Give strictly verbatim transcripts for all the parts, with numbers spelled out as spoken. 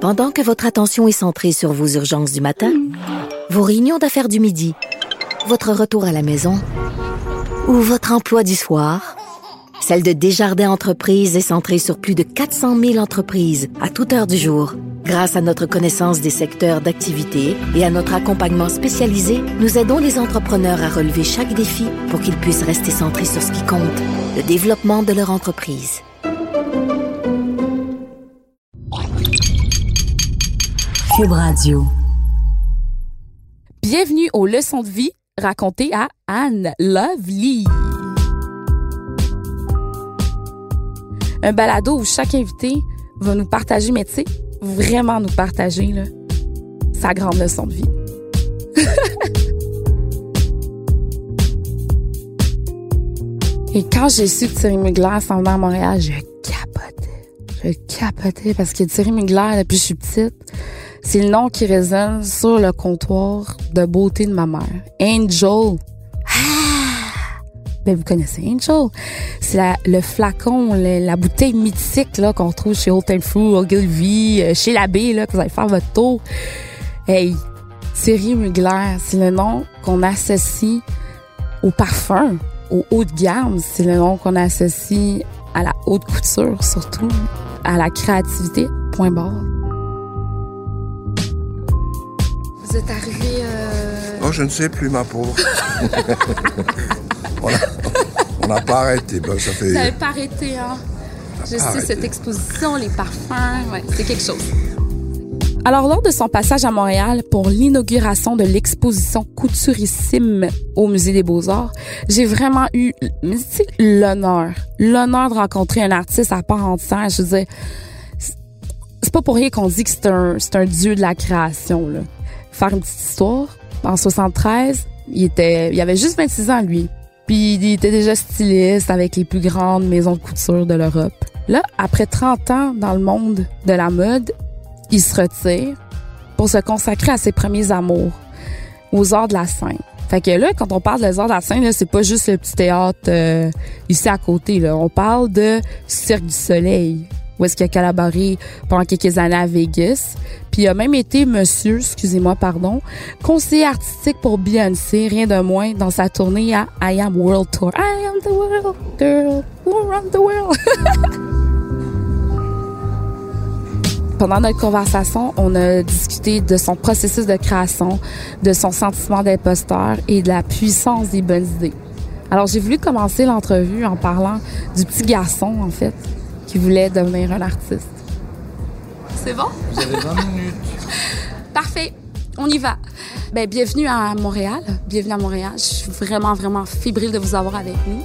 Pendant que votre attention est centrée sur vos urgences du matin, vos réunions d'affaires du midi, votre retour à la maison ou votre emploi du soir, celle de Desjardins Entreprises est centrée sur plus de quatre cent mille entreprises à toute heure du jour. Grâce à notre connaissance des secteurs d'activité et à notre accompagnement spécialisé, nous aidons les entrepreneurs à relever chaque défi pour qu'ils puissent rester centrés sur ce qui compte, le développement de leur entreprise. Cube Radio. Bienvenue aux leçons de vie racontées à Anne Lovely. Un balado où chaque invité va nous partager, mais tu sais, vraiment nous partager là, sa grande leçon de vie. Et quand j'ai su que Thierry Mugler s'en venait à Montréal, je capotais. Je capotais parce que Thierry Mugler, depuis que je suis petite, c'est le nom qui résonne sur le comptoir de beauté de ma mère. Angel. Ben, vous connaissez Angel. C'est la, le flacon, le, la bouteille mythique, là, qu'on trouve chez Old Time Fruit, Ogilvy, chez l'abbé, là, que vous allez faire votre tour. Hey, Thierry Mugler, c'est le nom qu'on associe au parfum, au haut de gamme. C'est le nom qu'on associe à la haute couture, surtout, à la créativité. Point barre. Vous êtes arrivé... Euh... Oh, je ne sais plus, ma pauvre. On n'a pas arrêté. Ben, ça fait... Vous n'avez pas arrêté, hein? Je sais, arrêté. Cette exposition, les parfums, ouais, c'est quelque chose. Alors, lors de son passage à Montréal pour l'inauguration de l'exposition Couturissime au Musée des Beaux-Arts, j'ai vraiment eu l'honneur, l'honneur de rencontrer un artiste à part entière. Je veux dire, c'est pas pour rien qu'on dit que c'est un, c'est un dieu de la création, là. Faire une petite histoire, en soixante-treize, il était, il avait juste vingt-six ans, lui. Puis il était déjà styliste avec les plus grandes maisons de couture de l'Europe. Là, après trente ans dans le monde de la mode, il se retire pour se consacrer à ses premiers amours, aux arts de la scène. Fait que là, quand on parle des arts de la scène, là, c'est pas juste le petit théâtre euh, ici à côté. Là. On parle de Cirque du Soleil, où est-ce qu'il a collaboré pendant quelques années à Vegas. Puis il a même été monsieur, excusez-moi, pardon, conseiller artistique pour Beyoncé, rien de moins, dans sa tournée à I Am World Tour. I am the world, girl, around the world. Pendant notre conversation, on a discuté de son processus de création, de son sentiment d'imposteur et de la puissance des bonnes idées. Alors j'ai voulu commencer l'entrevue en parlant du petit garçon, en fait, qui voulait devenir un artiste. C'est bon? Vous avez vingt minutes. Parfait. On y va. Ben, bienvenue à Montréal. Bienvenue à Montréal. Je suis vraiment, vraiment fébrile de vous avoir avec nous.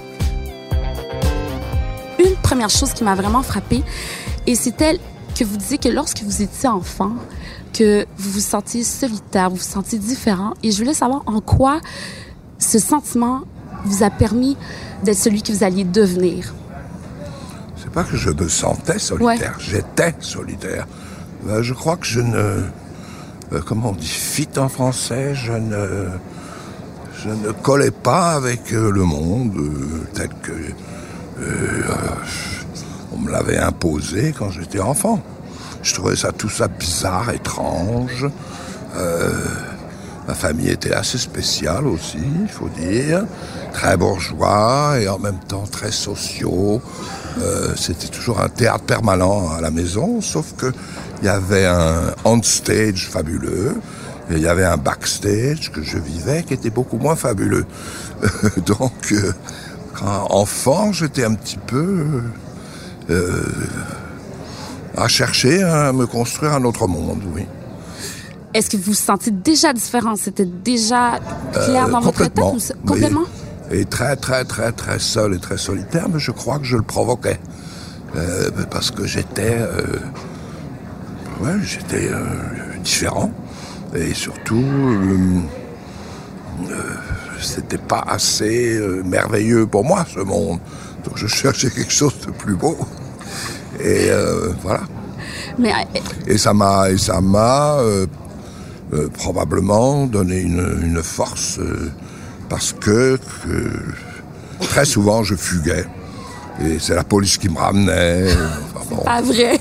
Une première chose qui m'a vraiment frappée, et c'était que vous disiez que lorsque vous étiez enfant, que vous vous sentiez solitaire, vous vous sentiez différent. Et je voulais savoir en quoi ce sentiment vous a permis d'être celui que vous alliez devenir. C'est pas que je me sentais solitaire, ouais. J'étais solitaire. Ben, je crois que je ne... Euh, comment on dit? Fit en français, je ne... Je ne collais pas avec euh, le monde euh, tel que... Euh, on me l'avait imposé quand j'étais enfant. Je trouvais ça tout ça bizarre, étrange. Euh, ma famille était assez spéciale aussi, il faut dire. Très bourgeois et en même temps très sociaux. Euh, c'était toujours un théâtre permanent à la maison, sauf que il y avait un on-stage fabuleux et il y avait un backstage que je vivais qui était beaucoup moins fabuleux. Donc, euh, quand enfant, j'étais un petit peu euh, à chercher à me construire un autre monde, oui. Est-ce que vous vous sentiez déjà différent? C'était déjà clair euh, dans votre tête? Ou... Complètement? Et très, très, très, très seul et très solitaire, mais je crois que je le provoquais. Euh, parce que j'étais... Euh, ouais, j'étais euh, différent. Et surtout, euh, euh, c'était pas assez euh, merveilleux pour moi, ce monde. Donc je cherchais quelque chose de plus beau. Et euh, voilà. Mais... Et ça m'a... Et ça m'a euh, euh, probablement donné une, une force... Euh, parce que, que très souvent je fuguais et c'est la police qui me ramenait. Enfin, bon. Pas vrai.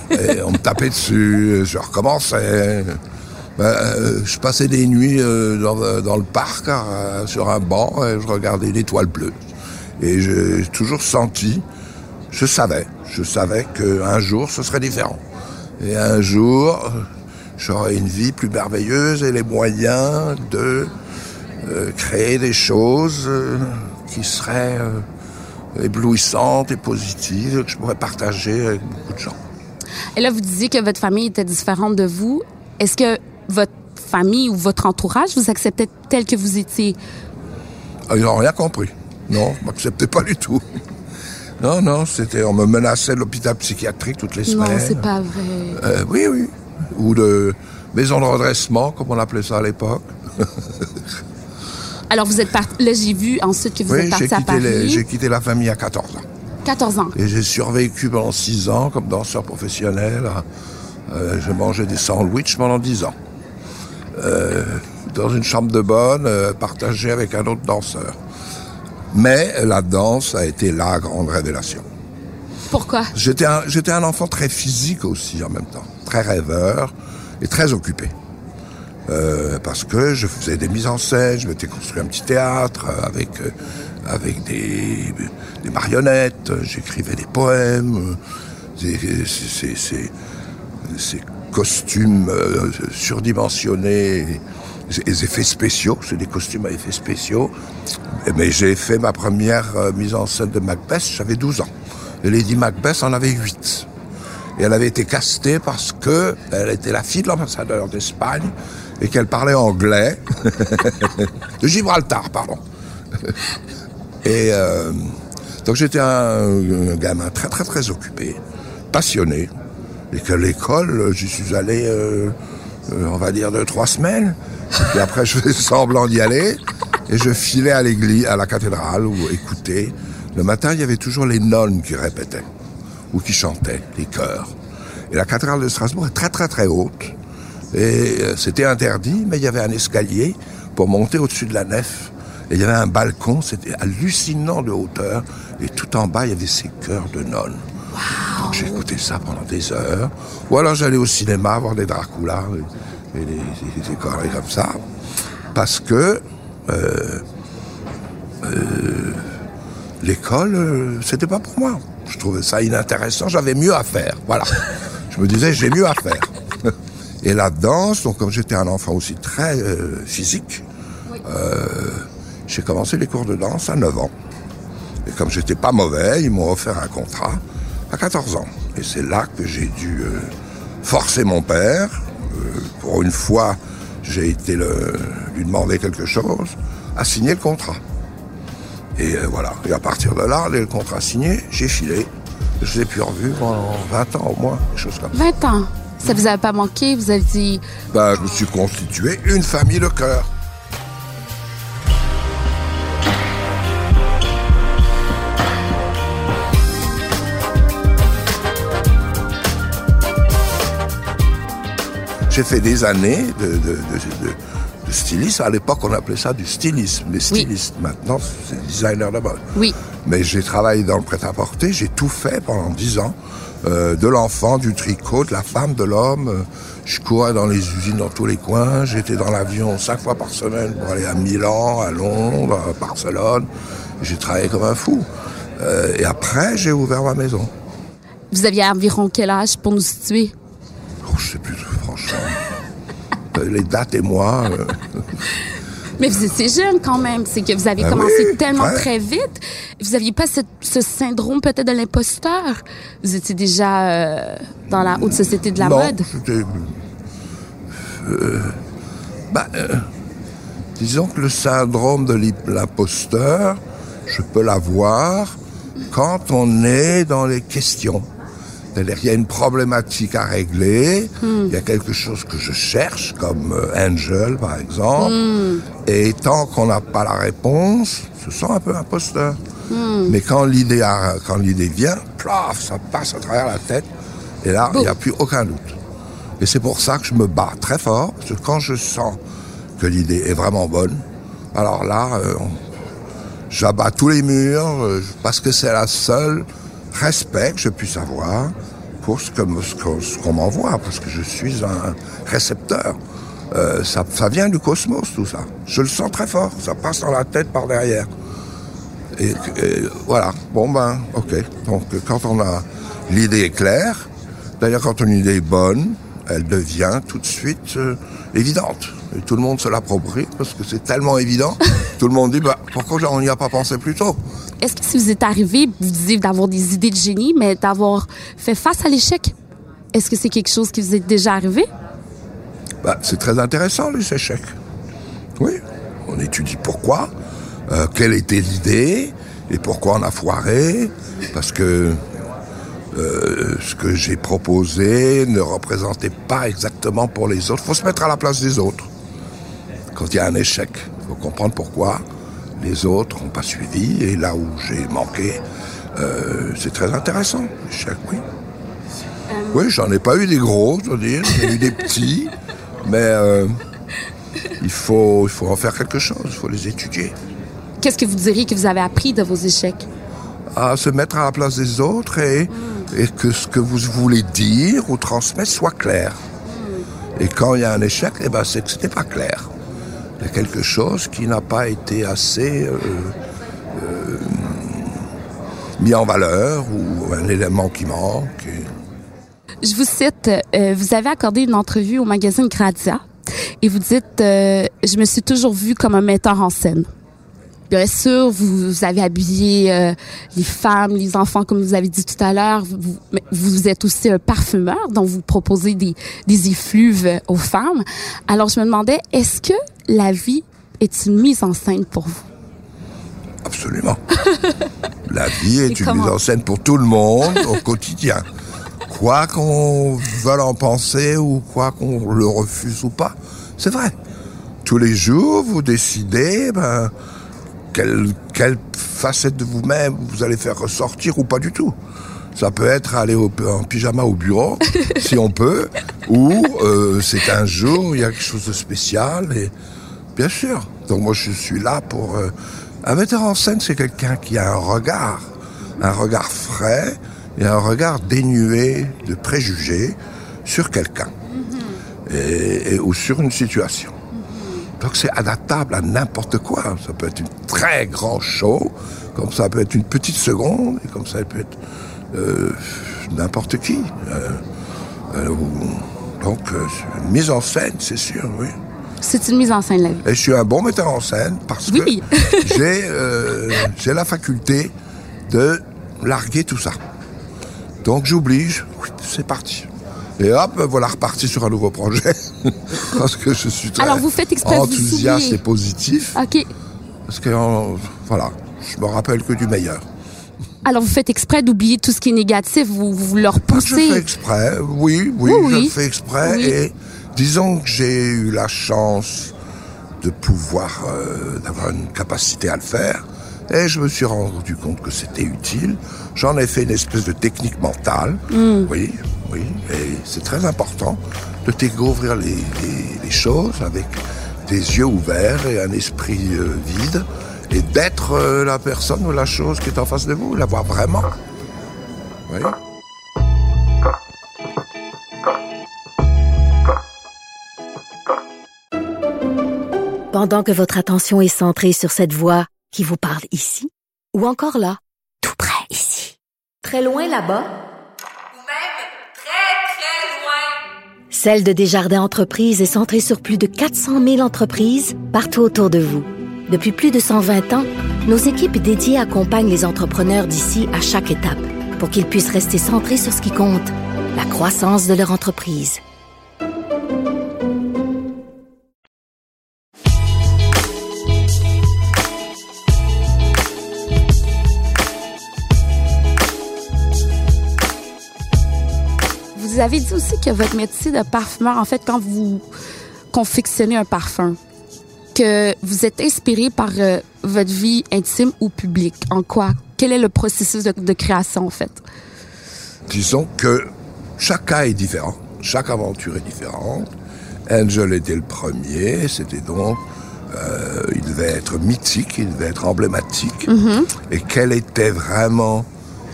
Et on me tapait dessus, je recommençais. Ben, euh, je passais des nuits euh, dans, dans le parc, euh, sur un banc, et je regardais l'étoile bleue. Et j'ai toujours senti, je savais, je savais qu'un jour ce serait différent. Et un jour, j'aurais une vie plus merveilleuse et les moyens de euh, créer des choses euh, qui seraient euh, éblouissantes et positives, que je pourrais partager avec beaucoup de gens. Et là, vous disiez que votre famille était différente de vous. Est-ce que votre famille ou votre entourage vous acceptait tel que vous étiez? Ah, ils n'ont rien compris. Non, ils ne m'acceptaient pas du tout. Non, non, c'était, on me menaçait de l'hôpital psychiatrique toutes les semaines. Non, c'est pas vrai. Euh, oui, oui. Ou de maison de redressement, comme on appelait ça à l'époque. Alors, vous êtes parti. Là, j'ai vu ensuite que vous oui, êtes parti à Paris. Les, j'ai quitté la famille à quatorze ans. quatorze ans. Et j'ai survécu pendant six ans comme danseur professionnel. Euh, j'ai mangé des sandwichs pendant dix ans. Euh, dans une chambre de bonne, euh, partagée avec un autre danseur. Mais la danse a été la grande révélation. Pourquoi? J'étais un, j'étais un enfant très physique aussi en même temps. Très rêveur et très occupé. Euh, parce que je faisais des mises en scène, je m'étais construit un petit théâtre avec, euh, avec des, des marionnettes, j'écrivais des poèmes, des, ces, ces, ces costumes euh, surdimensionnés, les effets spéciaux, c'est des costumes à effets spéciaux. Mais j'ai fait ma première euh, mise en scène de Macbeth, j'avais douze ans. Et Lady Macbeth en avait huit. Et elle avait été castée parce que elle était la fille de l'ambassadeur d'Espagne et qu'elle parlait anglais. De Gibraltar, pardon. Et euh, donc j'étais un, un gamin très très très occupé, passionné. Et que l'école, j'y suis allé, euh, euh, on va dire, deux, trois semaines. Et après, je faisais semblant d'y aller. Et je filais à l'église, à la cathédrale, où écouter. Le matin, il y avait toujours les nonnes qui répétaient, ou qui chantaient, les chœurs. Et la cathédrale de Strasbourg est très très très haute. Et euh, c'était interdit, mais il y avait un escalier pour monter au-dessus de la nef. Et il y avait un balcon, c'était hallucinant de hauteur. Et tout en bas, il y avait ces chœurs de nonnes. Wow. Donc j'ai écouté ça pendant des heures. Ou alors j'allais au cinéma voir des Dracula et, et des, des, des conneries comme ça. Parce que euh, euh, l'école, euh, c'était pas pour moi. Je trouvais ça inintéressant, j'avais mieux à faire. Voilà. Je me disais, j'ai mieux à faire. Et la danse, donc comme j'étais un enfant aussi très euh, physique, oui. euh, j'ai commencé les cours de danse à neuf ans. Et comme j'étais pas mauvais, ils m'ont offert un contrat à quatorze ans. Et c'est là que j'ai dû euh, forcer mon père. Euh, pour une fois, j'ai été le, lui demander quelque chose, à signer le contrat. Et euh, voilà. Et à partir de là, dès le contrat signé, j'ai filé. Je ne l'ai plus revu pendant vingt ans au moins, quelque chose comme ça. vingt ans? Ça vous avait pas manqué? Vous avez dit... Ben, je me suis constitué une famille de cœur. J'ai fait des années de, de, de, de, de stylisme. À l'époque, on appelait ça du stylisme. Les stylistes, oui. Maintenant, c'est des designers de mode. Oui. Mais j'ai travaillé dans le prêt-à-porter. J'ai tout fait pendant dix ans. Euh, de l'enfant, du tricot, de la femme, de l'homme. Je courais dans les usines dans tous les coins. J'étais dans l'avion cinq fois par semaine pour aller à Milan, à Londres, à Barcelone. J'ai travaillé comme un fou. Euh, et après, j'ai ouvert ma maison. Vous aviez environ quel âge pour nous situer? Oh, je sais plus, franchement. Les dates et moi... Euh... Mais vous étiez jeune quand même. C'est que vous avez ben commencé oui, tellement ouais. très vite. Vous n'aviez pas ce, ce syndrome peut-être de l'imposteur. Vous étiez déjà euh, dans la haute société de la non, mode. C'était... Euh, ben, euh, disons que le syndrome de l'imposteur, je peux l'avoir quand on est dans les questions. C'est-à-dire qu'il y a une problématique à régler, mm. il y a quelque chose que je cherche, comme euh, Angel, par exemple, mm. et tant qu'on n'a pas la réponse, je sens un peu imposteur. Mm. Mais quand l'idée, a, quand l'idée vient, plaf, ça passe à travers la tête, et là, il n'y a plus aucun doute. Et c'est pour ça que je me bats très fort, parce que quand je sens que l'idée est vraiment bonne, alors là, euh, on, j'abats tous les murs, euh, parce que c'est la seule respect que je puisse avoir pour ce, que, ce, que, ce qu'on m'envoie, parce que je suis un récepteur. Euh, ça, ça vient du cosmos, tout ça. Je le sens très fort, ça passe dans la tête par derrière. Et, et voilà, bon ben, ok. Donc quand on a l'idée est claire, d'ailleurs quand une idée est bonne, elle devient tout de suite euh, évidente. Et tout le monde se l'approprie parce que c'est tellement évident. Tout le monde dit, bah, pourquoi on n'y a pas pensé plus tôt? Est-ce que si vous êtes arrivé, vous disiez d'avoir des idées de génie, mais d'avoir fait face à l'échec, est-ce que c'est quelque chose qui vous est déjà arrivé? Bah, c'est très intéressant, les échecs. Oui, on étudie pourquoi, euh, quelle était l'idée, et pourquoi on a foiré, parce que euh, ce que j'ai proposé ne représentait pas exactement pour les autres. Il faut se mettre à la place des autres. Quand il y a un échec, il faut comprendre pourquoi les autres n'ont pas suivi, et là où j'ai manqué, euh, c'est très intéressant, l'échec, oui. Euh... Oui, j'en ai pas eu des gros, je veux dire, j'en ai eu des petits, mais euh, il faut, il faut en faire quelque chose, il faut les étudier. Qu'est-ce que vous diriez que vous avez appris de vos échecs? À se mettre à la place des autres et, mm. et que ce que vous voulez dire ou transmettre soit clair. Mm. Et quand il y a un échec, eh ben, c'est que ce n'est pas clair. Il y a quelque chose qui n'a pas été assez euh, euh, mis en valeur ou un élément qui manque. Et... Je vous cite, euh, vous avez accordé une entrevue au magazine Grazia et vous dites euh, « Je me suis toujours vue comme un metteur en scène ». Bien sûr, vous avez habillé euh, les femmes, les enfants, comme vous avez dit tout à l'heure. Vous, vous êtes aussi un parfumeur, donc vous proposez des, des effluves aux femmes. Alors, je me demandais, est-ce que la vie est une mise en scène pour vous? Absolument. La vie est Et une comment? mise en scène pour tout le monde au quotidien. Quoi qu'on veuille en penser ou quoi qu'on le refuse ou pas, c'est vrai. Tous les jours, vous décidez... Ben, Quelle, quelle facette de vous-même vous allez faire ressortir ou pas du tout. Ça peut être aller au, en pyjama au bureau, si on peut, ou euh, c'est un jour, il y a quelque chose de spécial, et bien sûr. Donc moi je suis là pour... Euh, un metteur en scène, c'est quelqu'un qui a un regard, un regard frais, et un regard dénué de préjugés sur quelqu'un, mm-hmm. et, et, ou sur une situation. Donc c'est adaptable à n'importe quoi. Ça peut être une très grand show, comme ça peut être une petite seconde, et comme ça peut être euh, n'importe qui. Euh, euh, donc euh, une mise en scène, c'est sûr, oui. C'est une mise en scène, la vie. Et je suis un bon metteur en scène parce oui. que j'ai, euh, j'ai la faculté de larguer tout ça. Donc j'oublie, c'est parti. Et hop, voilà, reparti sur un nouveau projet. Parce que je suis très Alors, vous faites exprès enthousiaste et positif. OK. Parce que, euh, voilà, je me rappelle que du meilleur. Alors, vous faites exprès d'oublier tout ce qui est négatif, vous, vous le repoussez? Je fais exprès, oui, oui, oui je oui. le fais exprès. Oui. Et disons que j'ai eu la chance de pouvoir, euh, d'avoir une capacité à le faire. Et je me suis rendu compte que c'était utile. J'en ai fait une espèce de technique mentale, mm. oui. Oui, et c'est très important de découvrir les, les, les choses avec des yeux ouverts et un esprit euh, vide, et d'être euh, la personne ou la chose qui est en face de vous, la voir vraiment. Oui. Pendant que votre attention est centrée sur cette voix qui vous parle ici, ou encore là, tout près ici, très loin là-bas, Celle de Desjardins Entreprises est centrée sur plus de quatre cent mille entreprises partout autour de vous. Depuis plus de cent vingt ans, nos équipes dédiées accompagnent les entrepreneurs d'ici à chaque étape pour qu'ils puissent rester centrés sur ce qui compte, la croissance de leur entreprise. Vous avez dit aussi que votre métier de parfumeur, en fait, quand vous confectionnez un parfum, que vous êtes inspiré par euh, votre vie intime ou publique. En quoi? Quel est le processus de, de création, en fait? Disons que chaque cas est différent. Chaque aventure est différente. Angel était le premier. C'était donc... Euh, il devait être mythique, il devait être emblématique. Mm-hmm. Et quelle était vraiment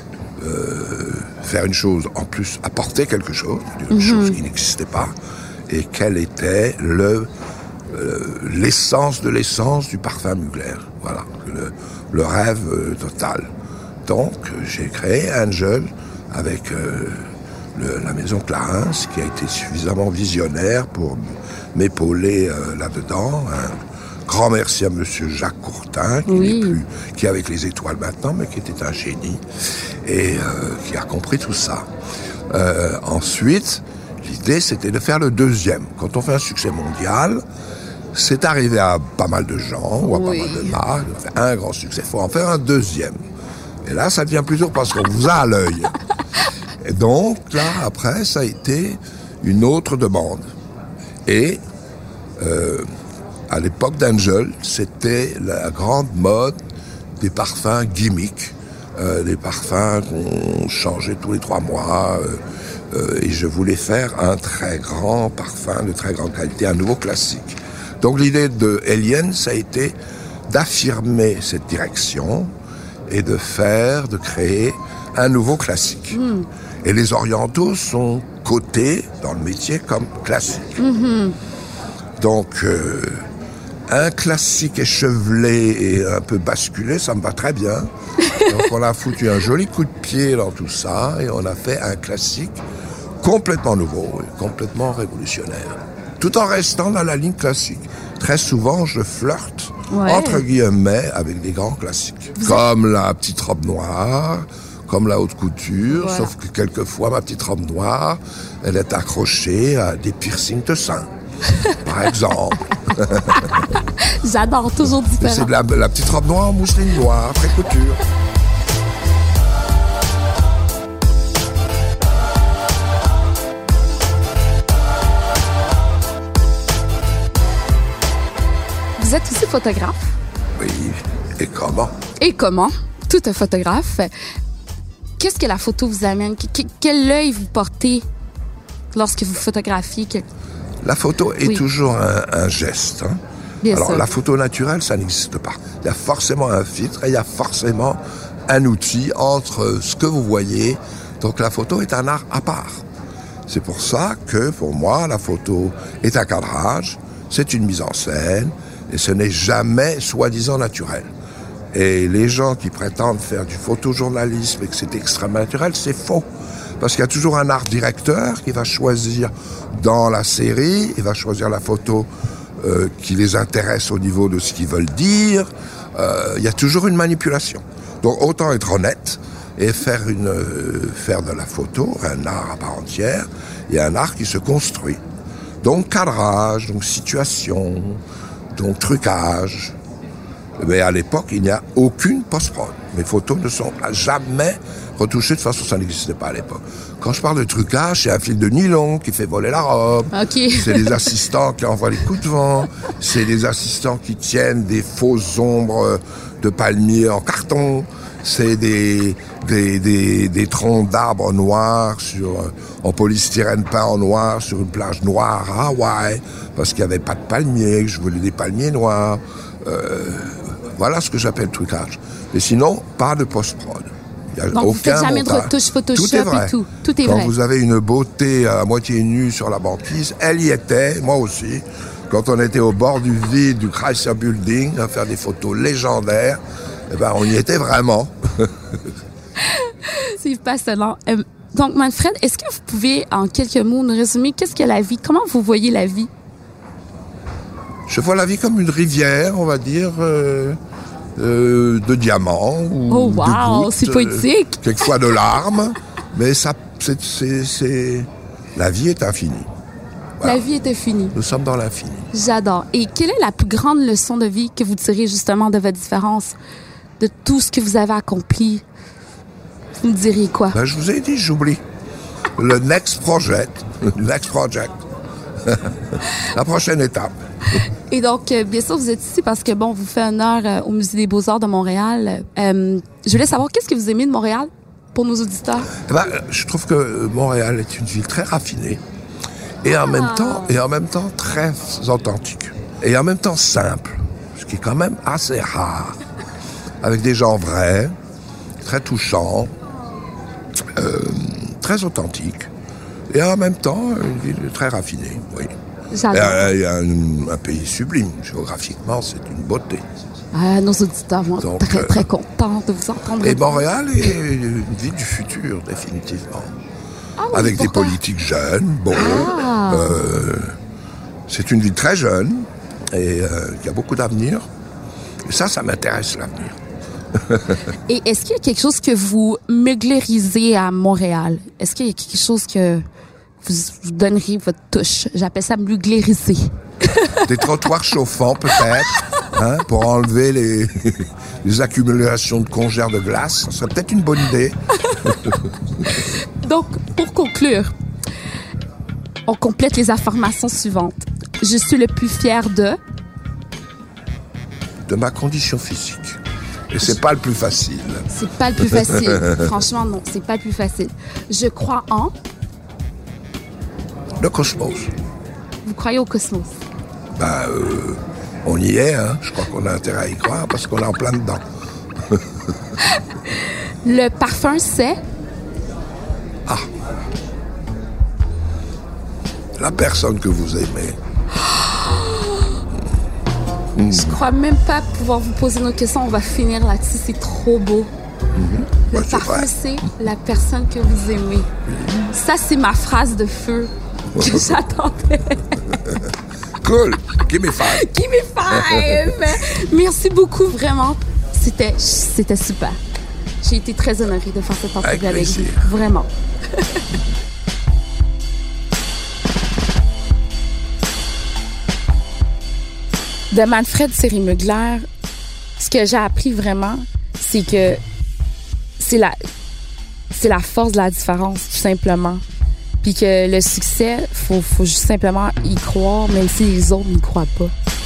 euh, faire une chose, en plus apporter quelque chose, une mm-hmm. chose qui n'existait pas, et quelle était le, euh, l'essence de l'essence du parfum Mugler. Voilà, le, le rêve euh, total. Donc, j'ai créé Angel avec euh, le, la maison Clarins, qui a été suffisamment visionnaire pour m'épauler euh, là-dedans. Un grand merci à monsieur Jacques Courtin, qui oui. n'est plus, qui est avec les étoiles maintenant, mais qui était un génie, et euh, qui a compris tout ça. Euh, ensuite, l'idée, c'était de faire le deuxième. Quand on fait un succès mondial, c'est arrivé à pas mal de gens, ou à oui. pas mal de marques, on fait un grand succès, il faut en faire un deuxième. Et là, ça devient plus dur parce qu'on vous a à l'œil. Et donc, là, après, ça a été une autre demande. Et, euh, à l'époque d'Angel, c'était la grande mode des parfums gimmicks, euh, des parfums qu'on changeait tous les trois mois, euh, euh, et je voulais faire un très grand parfum de très grande qualité, un nouveau classique. Donc l'idée de Alien, ça a été d'affirmer cette direction et de faire, de créer un nouveau classique. Mmh. Et les orientaux sont cotés dans le métier comme classiques. Mmh. Donc, euh, un classique échevelé et un peu basculé, ça me va très bien. Donc on a foutu un joli coup de pied dans tout ça et on a fait un classique complètement nouveau, complètement révolutionnaire. Tout en restant dans la ligne classique. Très souvent, je flirte, ouais. entre guillemets, avec des grands classiques. Vous comme êtes... la petite robe noire, comme la haute couture, voilà. Sauf que quelquefois, ma petite robe noire, elle est accrochée à des piercings de seins, par exemple. J'adore, toujours différent. C'est de la, la petite robe noire en mousseline noire, après couture. Vous êtes aussi photographe? Oui, et comment? Et comment? Tout un photographe. Qu'est-ce que la photo vous amène? Que, quel œil vous portez lorsque vous photographiez? Quel... La photo est oui. toujours un, un geste. Hein? Bien Alors, sûr. La photo naturelle, ça n'existe pas. Il y a forcément un filtre et il y a forcément un outil entre ce que vous voyez. Donc, la photo est un art à part. C'est pour ça que, pour moi, la photo est un cadrage, c'est une mise en scène, et ce n'est jamais soi-disant naturel. Et les gens qui prétendent faire du photojournalisme et que c'est extrêmement naturel, c'est faux. Parce qu'il y a toujours un art directeur qui va choisir dans la série, il va choisir la photo euh, qui les intéresse au niveau de ce qu'ils veulent dire. Euh, il y a toujours une manipulation. Donc autant être honnête et faire, une, euh, faire de la photo un art à part entière et un art qui se construit. Donc cadrage, donc situation, donc trucage. Mais à l'époque, il n'y a aucune post-prod. Mes photos ne sont jamais retouchées, de toute façon, ça n'existait pas à l'époque. Quand je parle de trucage, c'est un fil de nylon qui fait voler la robe. Okay. C'est des assistants qui envoient les coups de vent. C'est des assistants qui tiennent des fausses ombres de palmiers en carton. C'est des, des, des, des troncs d'arbres noirs sur, en polystyrène peint en noir sur une plage noire à Hawaï, parce qu'il n'y avait pas de palmiers, que je voulais des palmiers noirs. Euh, voilà ce que j'appelle trucage. Et sinon, pas de post-prod. Il y a Donc, aucun vous faites jamais montage. de retouche Photoshop tout est vrai. et tout. Tout est Quand vrai. vous avez une beauté à moitié nue sur la banquise, elle y était, moi aussi. Quand on était au bord du vide du Chrysler Building à faire des photos légendaires, eh ben, on y était vraiment. C'est passionnant. Euh, donc, Manfred, est-ce que vous pouvez, en quelques mots, nous résumer qu'est-ce que la vie? Comment vous voyez la vie? Je vois la vie comme une rivière, on va dire, euh, euh, de diamants ou oh, wow, de gouttes, c'est poétique. Euh, quelquefois de larmes, mais ça, c'est, c'est, c'est... la vie est infinie. Voilà. La vie est infinie. Nous sommes dans l'infini. J'adore. Et quelle est la plus grande leçon de vie que vous tirez justement de votre différence, de tout ce que vous avez accompli? Vous me diriez quoi? Ben, je vous ai dit, j'oublie. Le next project. Le next project. La prochaine étape. Et donc, euh, bien sûr, vous êtes ici parce que, bon, vous faites honneur euh, au Musée des Beaux-Arts de Montréal. Euh, je voulais savoir, qu'est-ce que vous aimez de Montréal pour nos auditeurs? Eh ben, je trouve que Montréal est une ville très raffinée et en, ah. même temps, et en même temps très authentique. Et en même temps simple, ce qui est quand même assez rare. Avec des gens vrais, très touchants. euh, très authentique. Et en même temps, une ville très raffinée, oui. J'adore. Il y a un, un pays sublime. Géographiquement, c'est une beauté. Ah, nos auditeurs vont Donc, être très, euh, très contents de vous entendre. Et Montréal est une ville du futur, définitivement. Ah oui, Avec pourquoi? des politiques jeunes, bon. Ah. Euh, c'est une ville très jeune et euh, qui a beaucoup d'avenir. Et ça, ça m'intéresse, l'avenir. Et est-ce qu'il y a quelque chose que vous muglérisez à Montréal? Est-ce qu'il y a quelque chose que vous, vous donneriez votre touche? J'appelle ça muglériser. Des trottoirs chauffants, peut-être, hein, pour enlever les, les accumulations de congères de glace. Ça serait peut-être une bonne idée. Donc, pour conclure, on complète les informations suivantes. Je suis le plus fier de... De ma condition physique. Et c'est pas le plus facile. C'est pas le plus facile. Franchement, non, c'est pas le plus facile. Je crois en... Le cosmos. Vous croyez au cosmos? Ben, euh, on y est, hein. Je crois qu'on a intérêt à y croire parce qu'on est en plein dedans. Le parfum, c'est... Ah. La personne que vous aimez. Je crois même pas pouvoir vous poser nos questions. On va finir là-dessus. C'est trop beau. Mm-hmm. Le Ouais, c'est parfum, vrai. c'est la personne que vous aimez. Ça, c'est ma phrase de feu que j'attendais. Cool. Give me five. Give me five! Merci beaucoup, vraiment. C'était, c'était super. J'ai été très honorée de faire cette entrevue avec, plaisir. vous. Vraiment. De Manfred Séry-Mugler, ce que j'ai appris vraiment, c'est que c'est la, c'est la force de la différence, tout simplement. Puis que le succès, faut, faut juste simplement y croire, même si les autres n'y croient pas.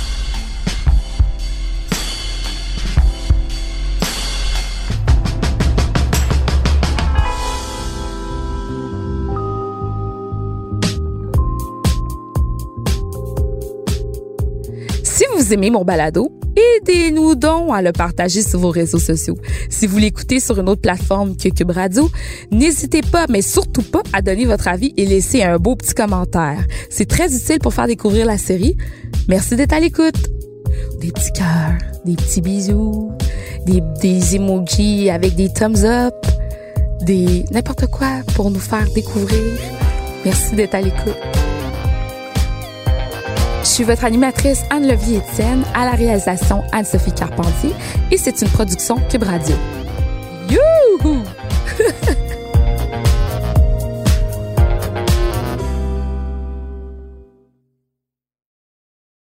Si vous aimez mon balado, aidez-nous donc à le partager sur vos réseaux sociaux. Si vous l'écoutez sur une autre plateforme que Cube Radio, n'hésitez pas, mais surtout pas, à donner votre avis et laisser un beau petit commentaire. C'est très utile pour faire découvrir la série. Merci d'être à l'écoute. Des petits cœurs, des petits bisous, des, des emojis avec des thumbs up, des n'importe quoi pour nous faire découvrir. Merci d'être à l'écoute. Je suis votre animatrice Anne-Levier-Étienne, à la réalisation Anne-Sophie Carpentier, et c'est une production Cube Radio. Youhou!